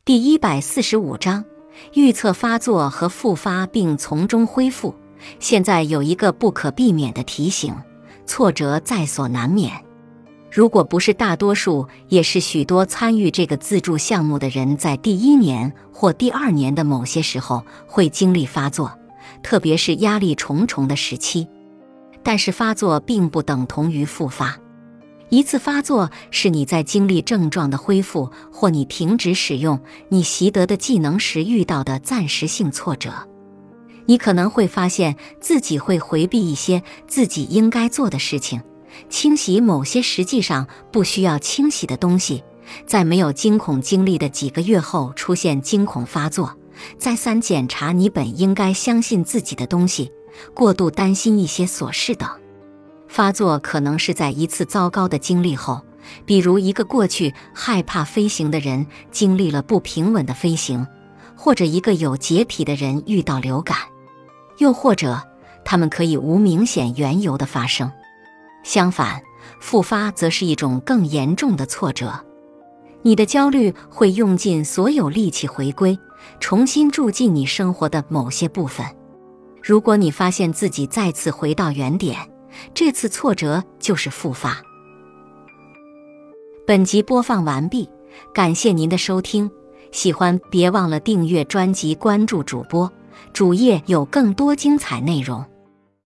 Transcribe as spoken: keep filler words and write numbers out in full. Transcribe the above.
第一百四十五章，预测发作和复发并从中恢复。现在有一个不可避免的提醒：挫折在所难免。如果不是大多数，也是许多参与这个自助项目的人在第一年或第二年的某些时候会经历发作，特别是压力重重的时期。但是发作并不等同于复发。一次发作是你在经历症状的恢复，或你停止使用你习得的技能时遇到的暂时性挫折。你可能会发现自己会回避一些自己应该做的事情，清洗某些实际上不需要清洗的东西，在没有惊恐经历的几个月后出现惊恐发作，再三检查你本应该相信自己的东西，过度担心一些琐事等。发作可能是在一次糟糕的经历后，比如一个过去害怕飞行的人经历了不平稳的飞行，或者一个有洁癖的人遇到流感，又或者他们可以无明显缘由的发生。相反，复发则是一种更严重的挫折。你的焦虑会用尽所有力气回归，重新住进你生活的某些部分。如果你发现自己再次回到原点，这次挫折就是复发。本集播放完毕，感谢您的收听，喜欢别忘了订阅专辑，关注主播，主页有更多精彩内容。